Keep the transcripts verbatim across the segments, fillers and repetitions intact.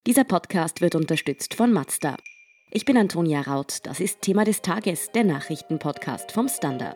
Dieser Podcast wird unterstützt von Mazda. Ich bin Antonia Raut, das ist Thema des Tages, der Nachrichtenpodcast vom Standard.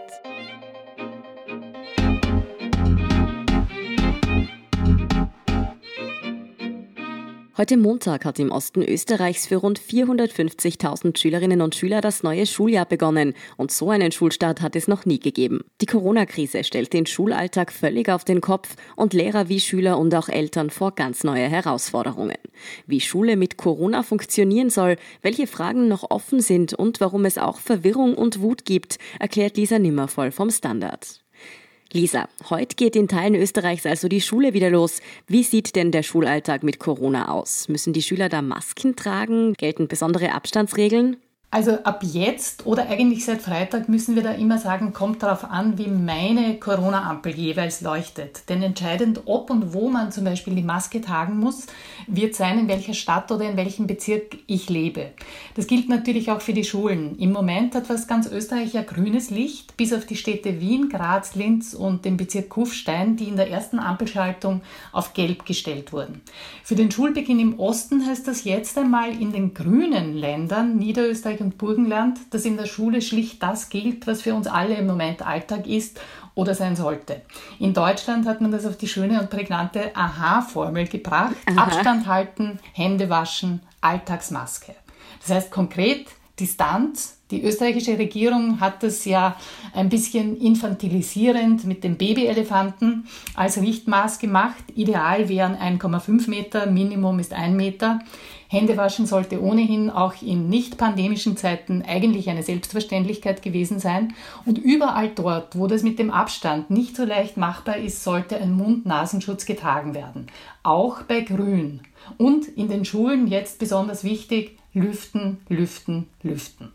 Heute Montag hat im Osten Österreichs für rund vierhundertfünfzigtausend Schülerinnen und Schüler das neue Schuljahr begonnen und so einen Schulstart hat es noch nie gegeben. Die Corona-Krise stellt den Schulalltag völlig auf den Kopf und Lehrer wie Schüler und auch Eltern vor ganz neue Herausforderungen. Wie Schule mit Corona funktionieren soll, welche Fragen noch offen sind und warum es auch Verwirrung und Wut gibt, erklärt Lisa Nimmervoll vom Standard. Lisa, heute geht in Teilen Österreichs also die Schule wieder los. Wie sieht denn der Schulalltag mit Corona aus? Müssen die Schüler da Masken tragen? Gelten besondere Abstandsregeln? Also ab jetzt oder eigentlich seit Freitag müssen wir da immer sagen, kommt darauf an, wie meine Corona-Ampel jeweils leuchtet. Denn entscheidend, ob und wo man zum Beispiel die Maske tragen muss, wird sein, in welcher Stadt oder in welchem Bezirk ich lebe. Das gilt natürlich auch für die Schulen. Im Moment hat fast ganz Österreich ja grünes Licht, bis auf die Städte Wien, Graz, Linz und den Bezirk Kufstein, die in der ersten Ampelschaltung auf gelb gestellt wurden. Für den Schulbeginn im Osten heißt das jetzt einmal in den grünen Ländern, Niederösterreich und Burgenland, dass in der Schule schlicht das gilt, was für uns alle im Moment Alltag ist oder sein sollte. In Deutschland hat man das auf die schöne und prägnante Aha-Formel gebracht. Aha. Abstand halten, Hände waschen, Alltagsmaske. Das heißt konkret Distanz. Die österreichische Regierung hat das ja ein bisschen infantilisierend mit dem Babyelefanten als Richtmaß gemacht. Ideal wären eins Komma fünf Meter, Minimum ist ein Meter. Händewaschen sollte ohnehin auch in nicht-pandemischen Zeiten eigentlich eine Selbstverständlichkeit gewesen sein. Und überall dort, wo das mit dem Abstand nicht so leicht machbar ist, sollte ein Mund-Nasenschutz getragen werden. Auch bei Grün. Und in den Schulen jetzt besonders wichtig, lüften, lüften, lüften.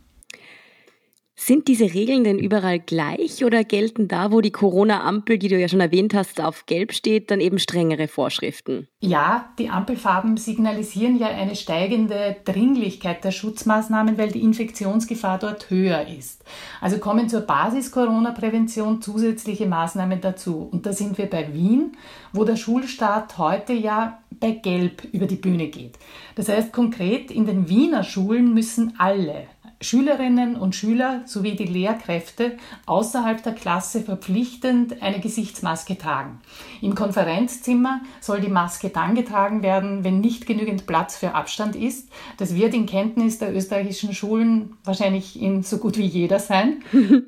Sind diese Regeln denn überall gleich oder gelten da, wo die Corona-Ampel, die du ja schon erwähnt hast, auf gelb steht, dann eben strengere Vorschriften? Ja, die Ampelfarben signalisieren ja eine steigende Dringlichkeit der Schutzmaßnahmen, weil die Infektionsgefahr dort höher ist. Also kommen zur Basis-Corona-Prävention zusätzliche Maßnahmen dazu. Und da sind wir bei Wien, wo der Schulstart heute ja bei gelb über die Bühne geht. Das heißt konkret, in den Wiener Schulen müssen alle Schülerinnen und Schüler sowie die Lehrkräfte außerhalb der Klasse verpflichtend eine Gesichtsmaske tragen. Im Konferenzzimmer soll die Maske dann getragen werden, wenn nicht genügend Platz für Abstand ist. Das wird in Kenntnis der österreichischen Schulen wahrscheinlich in so gut wie jeder sein.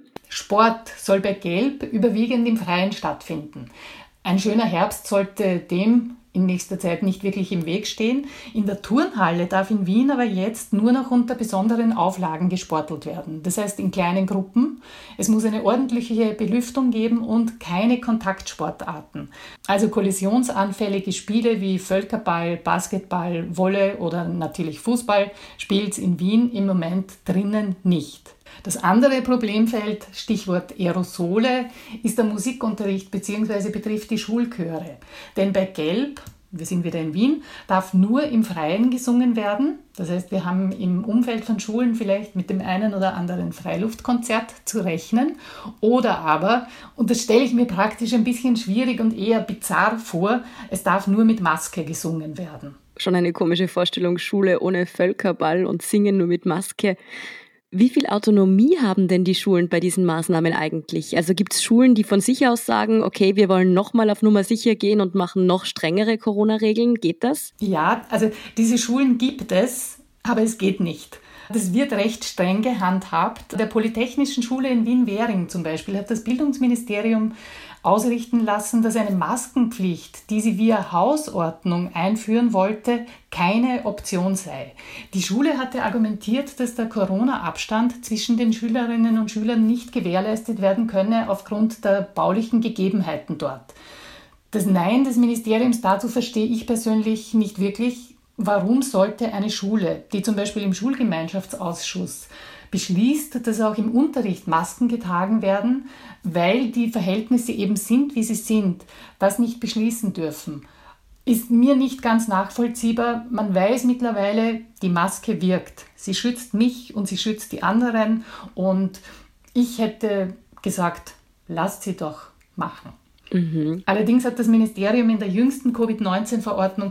Sport soll bei Gelb überwiegend im Freien stattfinden. Ein schöner Herbst sollte dem in nächster Zeit nicht wirklich im Weg stehen. In der Turnhalle darf in Wien aber jetzt nur noch unter besonderen Auflagen gesportelt werden. Das heißt in kleinen Gruppen. Es muss eine ordentliche Belüftung geben und keine Kontaktsportarten. Also kollisionsanfällige Spiele wie Völkerball, Basketball, Volley oder natürlich Fußball spielt es in Wien im Moment drinnen nicht. Das andere Problemfeld, Stichwort Aerosole, ist der Musikunterricht bzw. betrifft die Schulchöre. Denn bei Gelb, wir sind wieder in Wien, darf nur im Freien gesungen werden. Das heißt, wir haben im Umfeld von Schulen vielleicht mit dem einen oder anderen Freiluftkonzert zu rechnen. Oder aber, und das stelle ich mir praktisch ein bisschen schwierig und eher bizarr vor, es darf nur mit Maske gesungen werden. Schon eine komische Vorstellung, Schule ohne Völkerball und Singen nur mit Maske. Wie viel Autonomie haben denn die Schulen bei diesen Maßnahmen eigentlich? Also gibt es Schulen, die von sich aus sagen, okay, wir wollen nochmal auf Nummer sicher gehen und machen noch strengere Corona-Regeln? Geht das? Ja, also diese Schulen gibt es, aber es geht nicht. Das wird recht streng gehandhabt. Der Polytechnischen Schule in Wien-Währing zum Beispiel hat das Bildungsministerium ausrichten lassen, dass eine Maskenpflicht, die sie via Hausordnung einführen wollte, keine Option sei. Die Schule hatte argumentiert, dass der Corona-Abstand zwischen den Schülerinnen und Schülern nicht gewährleistet werden könne aufgrund der baulichen Gegebenheiten dort. Das Nein des Ministeriums dazu verstehe ich persönlich nicht wirklich. Warum sollte eine Schule, die zum Beispiel im Schulgemeinschaftsausschuss beschließt, dass auch im Unterricht Masken getragen werden, weil die Verhältnisse eben sind, wie sie sind, das nicht beschließen dürfen? Ist mir nicht ganz nachvollziehbar. Man weiß mittlerweile, die Maske wirkt. Sie schützt mich und sie schützt die anderen. Und ich hätte gesagt, lasst sie doch machen. Mhm. Allerdings hat das Ministerium in der jüngsten Covid neunzehn Verordnung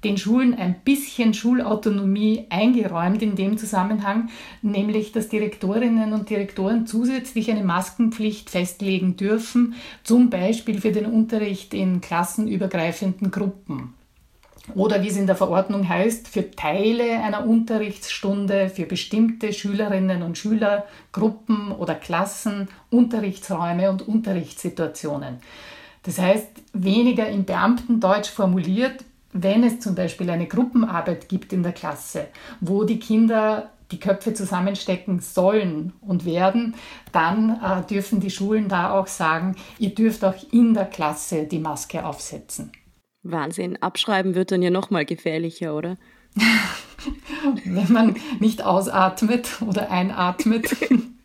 den Schulen ein bisschen Schulautonomie eingeräumt in dem Zusammenhang, nämlich dass Direktorinnen und Direktoren zusätzlich eine Maskenpflicht festlegen dürfen, zum Beispiel für den Unterricht in klassenübergreifenden Gruppen. Oder wie es in der Verordnung heißt, für Teile einer Unterrichtsstunde, für bestimmte Schülerinnen und Schüler, Gruppen oder Klassen, Unterrichtsräume und Unterrichtssituationen. Das heißt, weniger in Beamtendeutsch formuliert, wenn es zum Beispiel eine Gruppenarbeit gibt in der Klasse, wo die Kinder die Köpfe zusammenstecken sollen und werden, dann äh, dürfen die Schulen da auch sagen, ihr dürft auch in der Klasse die Maske aufsetzen. Wahnsinn, abschreiben wird dann ja noch mal gefährlicher, oder? Wenn man nicht ausatmet oder einatmet.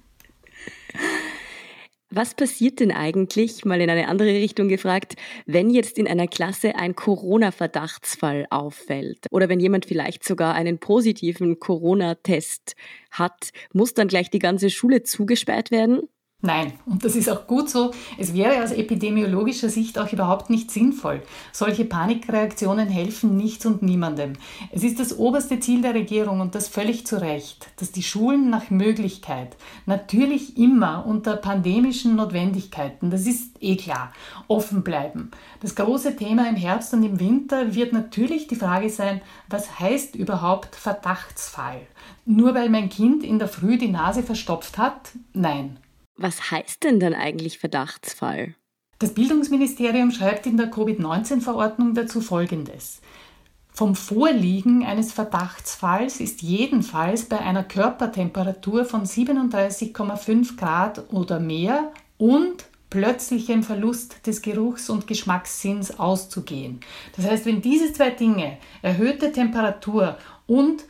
Was passiert denn eigentlich, mal in eine andere Richtung gefragt, wenn jetzt in einer Klasse ein Corona-Verdachtsfall auffällt oder wenn jemand vielleicht sogar einen positiven Corona-Test hat, muss dann gleich die ganze Schule zugesperrt werden? Nein, und das ist auch gut so. Es wäre aus epidemiologischer Sicht auch überhaupt nicht sinnvoll. Solche Panikreaktionen helfen nichts und niemandem. Es ist das oberste Ziel der Regierung und das völlig zu Recht, dass die Schulen nach Möglichkeit, natürlich immer unter pandemischen Notwendigkeiten, das ist eh klar, offen bleiben. Das große Thema im Herbst und im Winter wird natürlich die Frage sein, was heißt überhaupt Verdachtsfall? Nur weil mein Kind in der Früh die Nase verstopft hat? Nein. Was heißt denn dann eigentlich Verdachtsfall? Das Bildungsministerium schreibt in der Covid neunzehn Verordnung dazu Folgendes. Vom Vorliegen eines Verdachtsfalls ist jedenfalls bei einer Körpertemperatur von siebenunddreißig Komma fünf Grad oder mehr und plötzlichem Verlust des Geruchs- und Geschmackssinns auszugehen. Das heißt, wenn diese zwei Dinge, erhöhte Temperatur und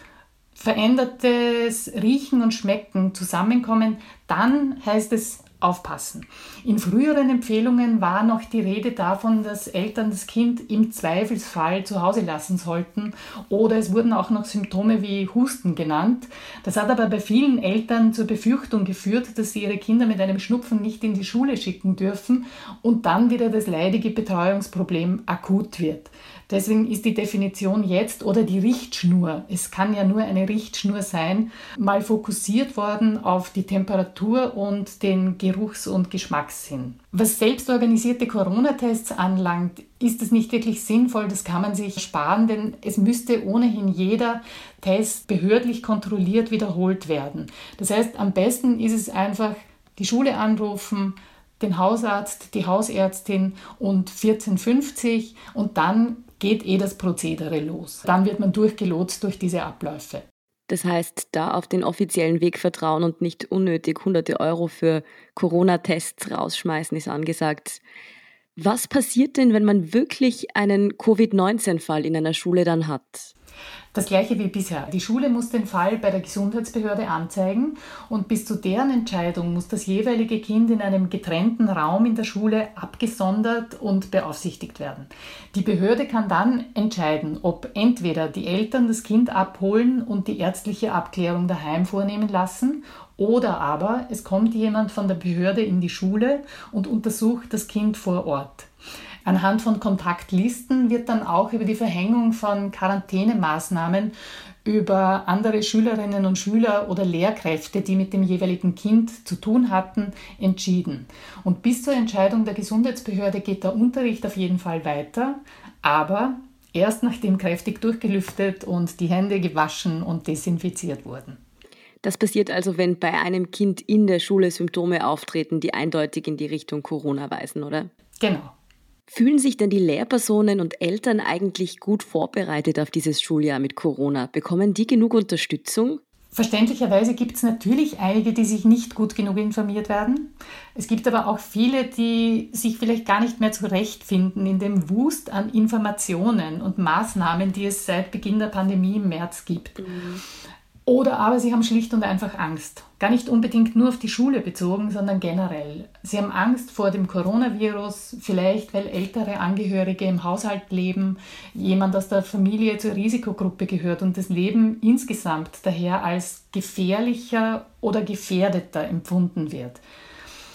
verändertes Riechen und Schmecken zusammenkommen, dann heißt es aufpassen. In früheren Empfehlungen war noch die Rede davon, dass Eltern das Kind im Zweifelsfall zu Hause lassen sollten oder es wurden auch noch Symptome wie Husten genannt. Das hat aber bei vielen Eltern zur Befürchtung geführt, dass sie ihre Kinder mit einem Schnupfen nicht in die Schule schicken dürfen und dann wieder das leidige Betreuungsproblem akut wird. Deswegen ist die Definition jetzt oder die Richtschnur, es kann ja nur eine Richtschnur sein, mal fokussiert worden auf die Temperatur und den Geruchs- und Geschmackssinn. Was selbstorganisierte Corona-Tests anlangt, ist es nicht wirklich sinnvoll, das kann man sich sparen, denn es müsste ohnehin jeder Test behördlich kontrolliert wiederholt werden. Das heißt, am besten ist es einfach, die Schule anrufen, den Hausarzt, die Hausärztin und vierzehn fünfzig und dann geht eh das Prozedere los. Dann wird man durchgelotst durch diese Abläufe. Das heißt, da auf den offiziellen Weg vertrauen und nicht unnötig hunderte Euro für Corona-Tests rausschmeißen, ist angesagt. Was passiert denn, wenn man wirklich einen Covid neunzehn Fall in einer Schule dann hat? Das gleiche wie bisher. Die Schule muss den Fall bei der Gesundheitsbehörde anzeigen und bis zu deren Entscheidung muss das jeweilige Kind in einem getrennten Raum in der Schule abgesondert und beaufsichtigt werden. Die Behörde kann dann entscheiden, ob entweder die Eltern das Kind abholen und die ärztliche Abklärung daheim vornehmen lassen oder aber es kommt jemand von der Behörde in die Schule und untersucht das Kind vor Ort. Anhand von Kontaktlisten wird dann auch über die Verhängung von Quarantänemaßnahmen über andere Schülerinnen und Schüler oder Lehrkräfte, die mit dem jeweiligen Kind zu tun hatten, entschieden. Und bis zur Entscheidung der Gesundheitsbehörde geht der Unterricht auf jeden Fall weiter, aber erst nachdem kräftig durchgelüftet und die Hände gewaschen und desinfiziert wurden. Das passiert also, wenn bei einem Kind in der Schule Symptome auftreten, die eindeutig in die Richtung Corona weisen, oder? Genau. Fühlen sich denn die Lehrpersonen und Eltern eigentlich gut vorbereitet auf dieses Schuljahr mit Corona? Bekommen die genug Unterstützung? Verständlicherweise gibt es natürlich einige, die sich nicht gut genug informiert werden. Es gibt aber auch viele, die sich vielleicht gar nicht mehr zurechtfinden in dem Wust an Informationen und Maßnahmen, die es seit Beginn der Pandemie im März gibt. Mhm. Oder aber sie haben schlicht und einfach Angst. Gar nicht unbedingt nur auf die Schule bezogen, sondern generell. Sie haben Angst vor dem Coronavirus, vielleicht weil ältere Angehörige im Haushalt leben, jemand aus der Familie zur Risikogruppe gehört und das Leben insgesamt daher als gefährlicher oder gefährdeter empfunden wird.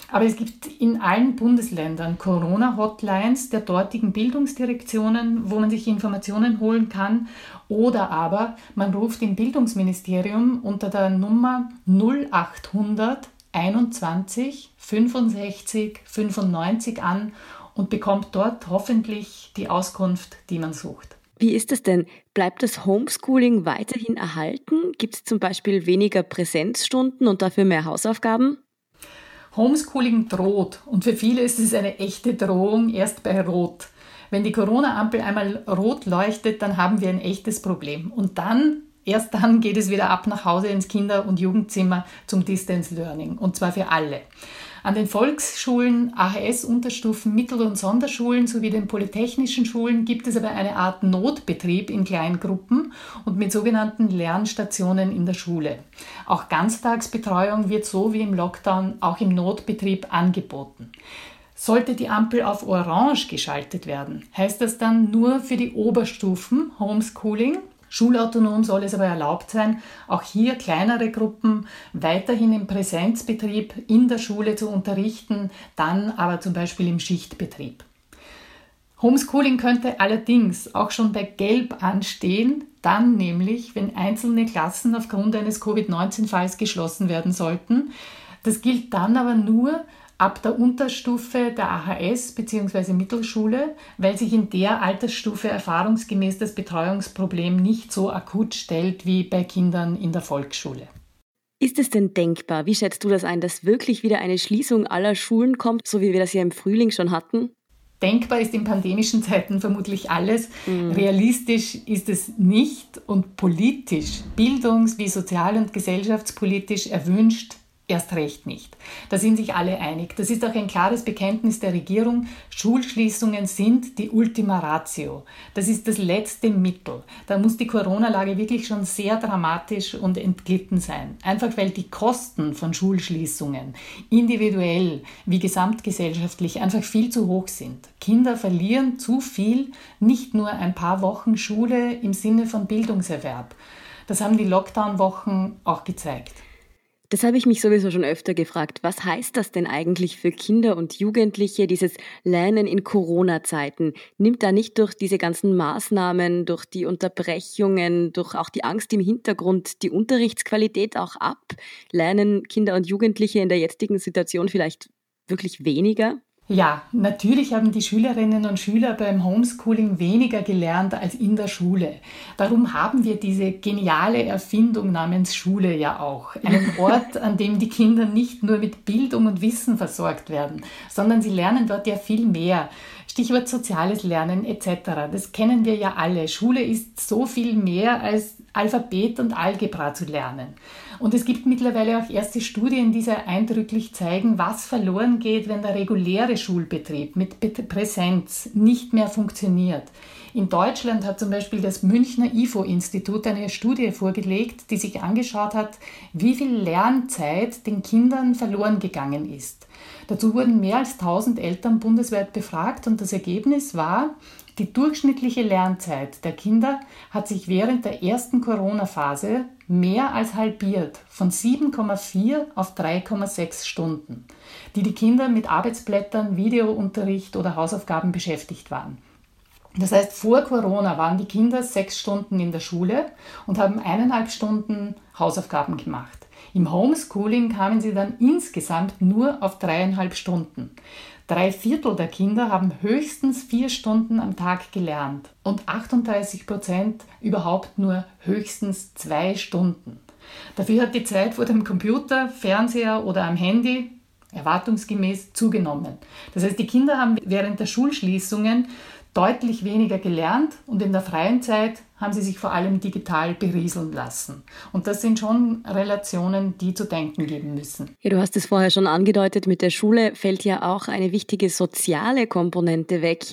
Aber es gibt in allen Bundesländern Corona-Hotlines der dortigen Bildungsdirektionen, wo man sich Informationen holen kann. Oder aber man ruft im Bildungsministerium unter der Nummer null achthundert einundzwanzig fünfundsechzig fünfundneunzig an und bekommt dort hoffentlich die Auskunft, die man sucht. Wie ist es denn? Bleibt das Homeschooling weiterhin erhalten? Gibt es zum Beispiel weniger Präsenzstunden und dafür mehr Hausaufgaben? Homeschooling droht und für viele ist es eine echte Drohung erst bei Rot. Wenn die Corona-Ampel einmal rot leuchtet, dann haben wir ein echtes Problem. Und dann, erst dann geht es wieder ab nach Hause ins Kinder- und Jugendzimmer zum Distance Learning. Und zwar für alle. An den Volksschulen, A H S-Unterstufen, Mittel- und Sonderschulen sowie den polytechnischen Schulen gibt es aber eine Art Notbetrieb in Kleingruppen und mit sogenannten Lernstationen in der Schule. Auch Ganztagsbetreuung wird so wie im Lockdown auch im Notbetrieb angeboten. Sollte die Ampel auf Orange geschaltet werden, heißt das dann nur für die Oberstufen Homeschooling. Schulautonom soll es aber erlaubt sein, auch hier kleinere Gruppen weiterhin im Präsenzbetrieb in der Schule zu unterrichten, dann aber zum Beispiel im Schichtbetrieb. Homeschooling könnte allerdings auch schon bei Gelb anstehen, dann nämlich, wenn einzelne Klassen aufgrund eines Covid neunzehn Falls geschlossen werden sollten. Das gilt dann aber nur ab der Unterstufe der A H S bzw. Mittelschule, weil sich in der Altersstufe erfahrungsgemäß das Betreuungsproblem nicht so akut stellt wie bei Kindern in der Volksschule. Ist es denn denkbar, wie schätzt du das ein, dass wirklich wieder eine Schließung aller Schulen kommt, so wie wir das ja im Frühling schon hatten? Denkbar ist in pandemischen Zeiten vermutlich alles. Mhm. Realistisch ist es nicht und politisch, bildungs- wie sozial- und gesellschaftspolitisch erwünscht, erst recht nicht. Da sind sich alle einig. Das ist auch ein klares Bekenntnis der Regierung. Schulschließungen sind die Ultima Ratio. Das ist das letzte Mittel. Da muss die Corona-Lage wirklich schon sehr dramatisch und entglitten sein. Einfach weil die Kosten von Schulschließungen individuell wie gesamtgesellschaftlich einfach viel zu hoch sind. Kinder verlieren zu viel, nicht nur ein paar Wochen Schule im Sinne von Bildungserwerb. Das haben die Lockdown-Wochen auch gezeigt. Das habe ich mich sowieso schon öfter gefragt. Was heißt das denn eigentlich für Kinder und Jugendliche, dieses Lernen in Corona-Zeiten? Nimmt da nicht durch diese ganzen Maßnahmen, durch die Unterbrechungen, durch auch die Angst im Hintergrund die Unterrichtsqualität auch ab? Lernen Kinder und Jugendliche in der jetzigen Situation vielleicht wirklich weniger? Ja, natürlich haben die Schülerinnen und Schüler beim Homeschooling weniger gelernt als in der Schule. Darum haben wir diese geniale Erfindung namens Schule ja auch. Einen Ort, an dem die Kinder nicht nur mit Bildung und Wissen versorgt werden, sondern sie lernen dort ja viel mehr. Stichwort soziales Lernen et cetera. Das kennen wir ja alle. Schule ist so viel mehr als Alphabet und Algebra zu lernen. Und es gibt mittlerweile auch erste Studien, die sehr eindrücklich zeigen, was verloren geht, wenn der reguläre Schulbetrieb mit Präsenz nicht mehr funktioniert. In Deutschland hat zum Beispiel das Münchner I F O-Institut eine Studie vorgelegt, die sich angeschaut hat, wie viel Lernzeit den Kindern verloren gegangen ist. Dazu wurden mehr als tausend Eltern bundesweit befragt und das Ergebnis war, die durchschnittliche Lernzeit der Kinder hat sich während der ersten Corona-Phase mehr als halbiert, von sieben Komma vier auf drei Komma sechs Stunden, die die Kinder mit Arbeitsblättern, Videounterricht oder Hausaufgaben beschäftigt waren. Das heißt, vor Corona waren die Kinder sechs Stunden in der Schule und haben eineinhalb Stunden Hausaufgaben gemacht. Im Homeschooling kamen sie dann insgesamt nur auf dreieinhalb Stunden. Drei Viertel der Kinder haben höchstens vier Stunden am Tag gelernt und achtunddreißig Prozent überhaupt nur höchstens zwei Stunden. Dafür hat die Zeit vor dem Computer, Fernseher oder am Handy erwartungsgemäß zugenommen. Das heißt, die Kinder haben während der Schulschließungen deutlich weniger gelernt und in der freien Zeit haben sie sich vor allem digital berieseln lassen. Und das sind schon Relationen, die zu denken geben müssen. Ja, du hast es vorher schon angedeutet, mit der Schule fällt ja auch eine wichtige soziale Komponente weg.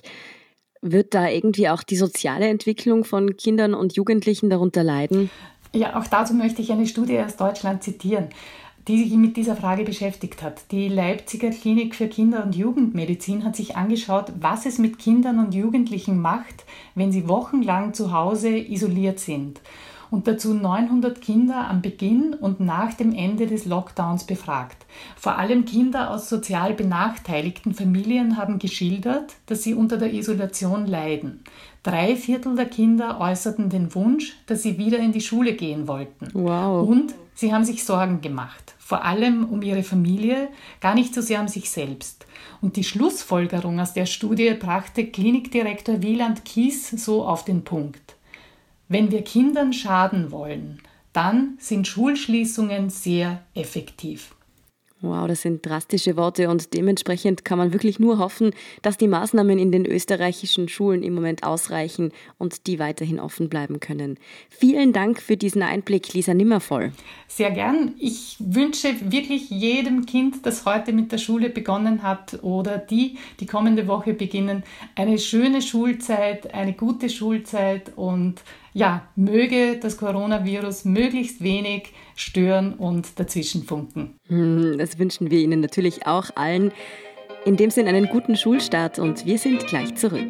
Wird da irgendwie auch die soziale Entwicklung von Kindern und Jugendlichen darunter leiden? Ja, auch dazu möchte ich eine Studie aus Deutschland zitieren, die sich mit dieser Frage beschäftigt hat. Die Leipziger Klinik für Kinder- und Jugendmedizin hat sich angeschaut, was es mit Kindern und Jugendlichen macht, wenn sie wochenlang zu Hause isoliert sind. und dazu neunhundert Kinder am Beginn und nach dem Ende des Lockdowns befragt. Vor allem Kinder aus sozial benachteiligten Familien haben geschildert, dass sie unter der Isolation leiden. Drei Viertel der Kinder äußerten den Wunsch, dass sie wieder in die Schule gehen wollten. Wow. Und sie haben sich Sorgen gemacht, vor allem um ihre Familie, gar nicht so sehr um sich selbst. Und die Schlussfolgerung aus der Studie brachte Klinikdirektor Wieland Kies so auf den Punkt: Wenn wir Kindern schaden wollen, dann sind Schulschließungen sehr effektiv. Wow, das sind drastische Worte und dementsprechend kann man wirklich nur hoffen, dass die Maßnahmen in den österreichischen Schulen im Moment ausreichen und die weiterhin offen bleiben können. Vielen Dank für diesen Einblick, Lisa Nimmervoll. Sehr gern. Ich wünsche wirklich jedem Kind, das heute mit der Schule begonnen hat oder die, die kommende Woche beginnen, eine schöne Schulzeit, eine gute Schulzeit und ja, möge das Coronavirus möglichst wenig stören und dazwischen funken. Das wünschen wir Ihnen natürlich auch allen. In dem Sinn einen guten Schulstart und wir sind gleich zurück.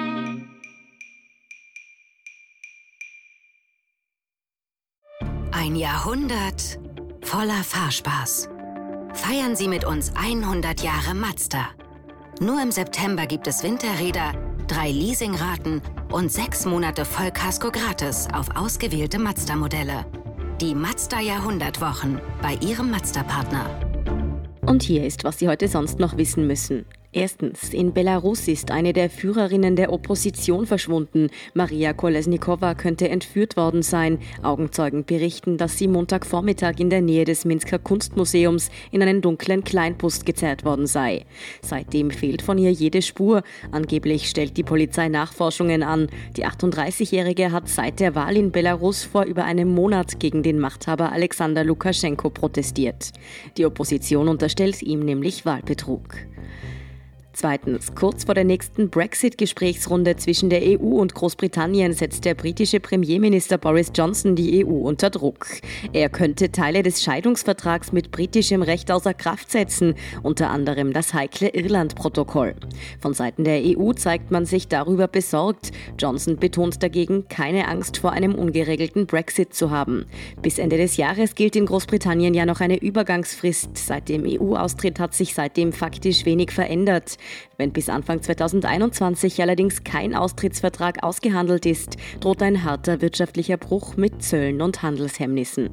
Ein Jahrhundert voller Fahrspaß. Feiern Sie mit uns hundert Jahre Mazda. Nur im September gibt es Winterräder, drei Leasingraten und sechs Monate Vollkasko gratis auf ausgewählte Mazda-Modelle. Die Mazda Jahrhundertwochen bei Ihrem Mazda-Partner. Und hier ist, was Sie heute sonst noch wissen müssen. Erstens, in Belarus ist eine der Führerinnen der Opposition verschwunden. Maria Kolesnikova könnte entführt worden sein. Augenzeugen berichten, dass sie Montagvormittag in der Nähe des Minsker Kunstmuseums in einen dunklen Kleinbus gezerrt worden sei. Seitdem fehlt von ihr jede Spur. Angeblich stellt die Polizei Nachforschungen an. Die achtunddreißigjährige hat seit der Wahl in Belarus vor über einem Monat gegen den Machthaber Alexander Lukaschenko protestiert. Die Opposition unterstellt ihm nämlich Wahlbetrug. Zweitens, kurz vor der nächsten Brexit-Gesprächsrunde zwischen der E U und Großbritannien setzt der britische Premierminister Boris Johnson die E U unter Druck. Er könnte Teile des Scheidungsvertrags mit britischem Recht außer Kraft setzen, unter anderem das heikle Irland-Protokoll. Von Seiten der E U zeigt man sich darüber besorgt. Johnson betont dagegen, keine Angst vor einem ungeregelten Brexit zu haben. Bis Ende des Jahres gilt in Großbritannien ja noch eine Übergangsfrist. Seit dem E U-Austritt hat sich seitdem faktisch wenig verändert. Wenn bis Anfang zweitausendeinundzwanzig allerdings kein Austrittsvertrag ausgehandelt ist, droht ein harter wirtschaftlicher Bruch mit Zöllen und Handelshemmnissen.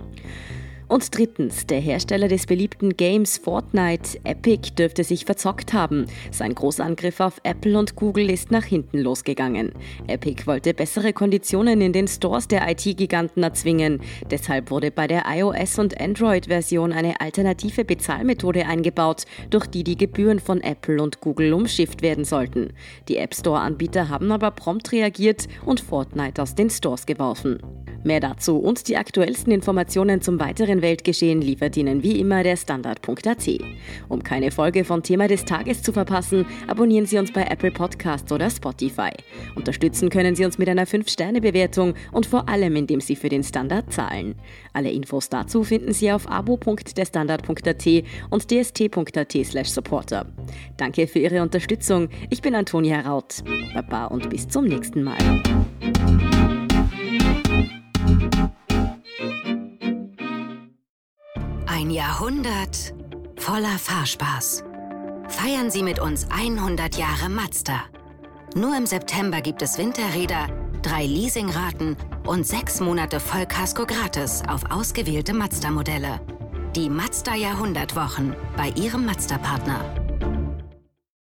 Und drittens, der Hersteller des beliebten Games Fortnite, Epic, dürfte sich verzockt haben. Sein Großangriff auf Apple und Google ist nach hinten losgegangen. Epic wollte bessere Konditionen in den Stores der I T-Giganten erzwingen. Deshalb wurde bei der iOS- und Android-Version eine alternative Bezahlmethode eingebaut, durch die die Gebühren von Apple und Google umschifft werden sollten. Die App Store-Anbieter haben aber prompt reagiert und Fortnite aus den Stores geworfen. Mehr dazu und die aktuellsten Informationen zum weiteren Weltgeschehen liefert Ihnen wie immer der Standard punkt a t. Um keine Folge von Thema des Tages zu verpassen, abonnieren Sie uns bei Apple Podcasts oder Spotify. Unterstützen können Sie uns mit einer fünf Sterne Bewertung und vor allem, indem Sie für den Standard zahlen. Alle Infos dazu finden Sie auf abo punkt der standard punkt a t und d s t punkt a t slash supporter. Danke für Ihre Unterstützung. Ich bin Antonia Raut. Baba und bis zum nächsten Mal. Ein Jahrhundert voller Fahrspaß. Feiern Sie mit uns hundert Jahre Mazda. Nur im September gibt es Winterräder, drei Leasingraten und sechs Monate Vollkasko gratis auf ausgewählte Mazda-Modelle. Die Mazda Jahrhundertwochen bei Ihrem Mazda-Partner.